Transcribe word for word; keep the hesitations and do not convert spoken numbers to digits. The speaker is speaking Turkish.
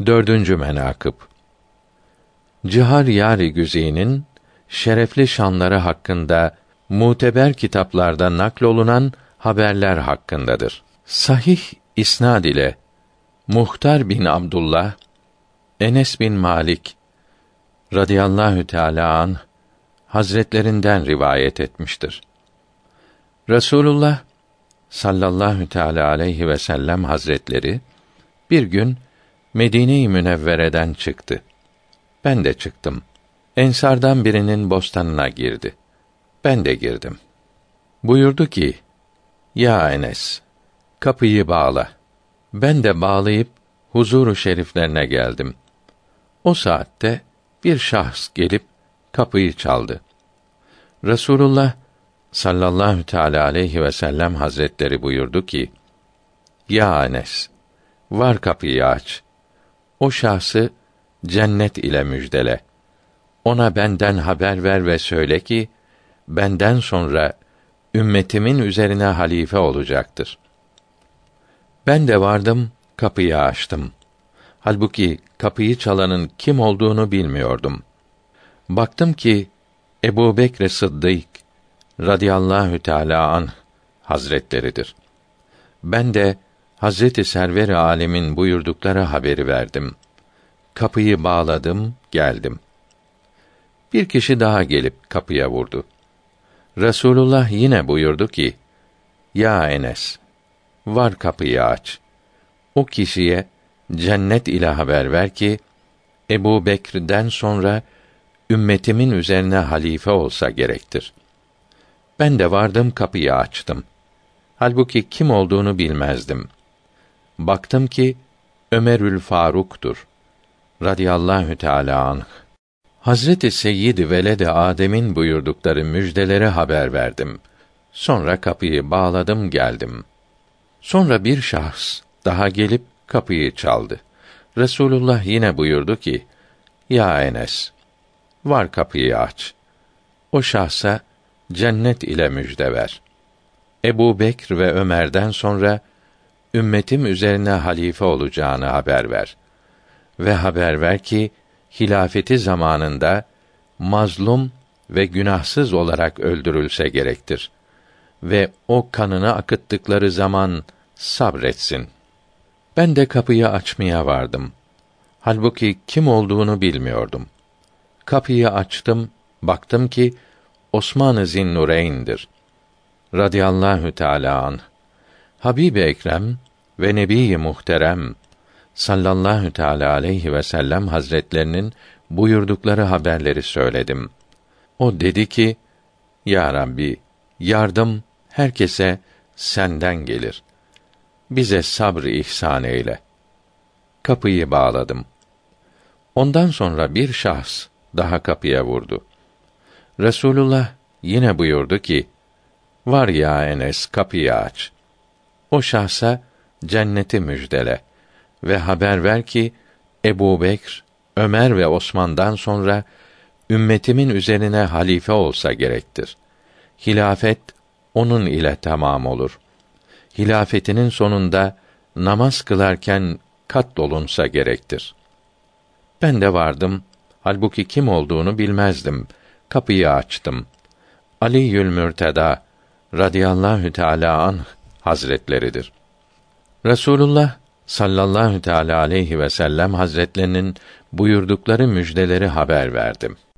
Dördüncü menakıb. Cihar Yâr-ı Güzî'nin şerefli şanları hakkında muteber kitaplarda naklolunan haberler hakkındadır. Sahih isnad ile Muhtar bin Abdullah, Enes bin Malik radıyallahu teâlâ anh hazretlerinden rivayet etmiştir. Resulullah sallallahu teâlâ aleyhi ve sellem hazretleri bir gün Medine-i Münevvere'den çıktı. Ben de çıktım. Ensardan birinin bostanına girdi. Ben de girdim. Buyurdu ki: Ya Enes, kapıyı bağla. Ben de bağlayıp huzur-u şeriflerine geldim. O saatte bir şahs gelip kapıyı çaldı. Resulullah sallallahu teâlâ aleyhi ve sellem hazretleri buyurdu ki: Ya Enes, var kapıyı aç. O şahsı cennet ile müjdele. Ona benden haber ver ve söyle ki, benden sonra ümmetimin üzerine halife olacaktır. Ben de vardım, kapıyı açtım. Halbuki kapıyı çalanın kim olduğunu bilmiyordum. Baktım ki Ebu Bekr Sıddık radıyallahu teâlâ anh hazretleridir. Ben de Hazreti Server-i Âlem'in buyurdukları haberi verdim. Kapıyı bağladım, geldim. Bir kişi daha gelip kapıya vurdu. Resulullah yine buyurdu ki: Ya Enes, var kapıyı aç. O kişiye cennet ile haber ver ki, Ebu Bekr'den sonra ümmetimin üzerine halife olsa gerektir. Ben de vardım, kapıyı açtım. Halbuki kim olduğunu bilmezdim. Baktım ki Ömerül Faruk'tur radıyallahu teâlâ anh. Hazreti Seyyid-i Veled-i Adem'in buyurdukları müjdelere haber verdim. Sonra kapıyı bağladım, geldim. Sonra bir şahs daha gelip kapıyı çaldı. Resulullah yine buyurdu ki: Ya Enes, var kapıyı aç. O şahsa cennet ile müjde ver. Ebu Bekr ve Ömer'den sonra ümmetim üzerine halife olacağını haber ver. Ve haber ver ki hilafeti zamanında mazlum ve günahsız olarak öldürülse gerektir ve o kanını akıttıkları zaman sabretsin. Ben de kapıyı açmaya vardım. Halbuki kim olduğunu bilmiyordum. Kapıyı açtım, baktım ki Osman-ı Zinnureyn'dir radıyallahu teâlâ anh. Habib-i Ekrem ve Nebi-i Muhterem sallallahu teâlâ aleyhi ve sellem hazretlerinin buyurdukları haberleri söyledim. O dedi ki: Ya Rabbi, yardım herkese senden gelir. Bize sabr ihsan eyle. Kapıyı bağladım. Ondan sonra bir şahs daha kapıya vurdu. Resulullah yine buyurdu ki: Var ya Enes, kapıyı aç. O şahsa cenneti müjdele ve haber ver ki Ebu Bekr, Ömer ve Osman'dan sonra ümmetimin üzerine halife olsa gerektir. Hilafet onun ile tamam olur. Hilafetinin sonunda namaz kılarken katlolunsa gerektir. Ben de vardım, halbuki kim olduğunu bilmezdim. Kapıyı açtım. Ali'ül Mürteda radıyallahu teâlâ anh hazretleridir. Resulullah sallallahu teâlâ aleyhi ve sellem hazretlerinin buyurdukları müjdeleri haber verdim.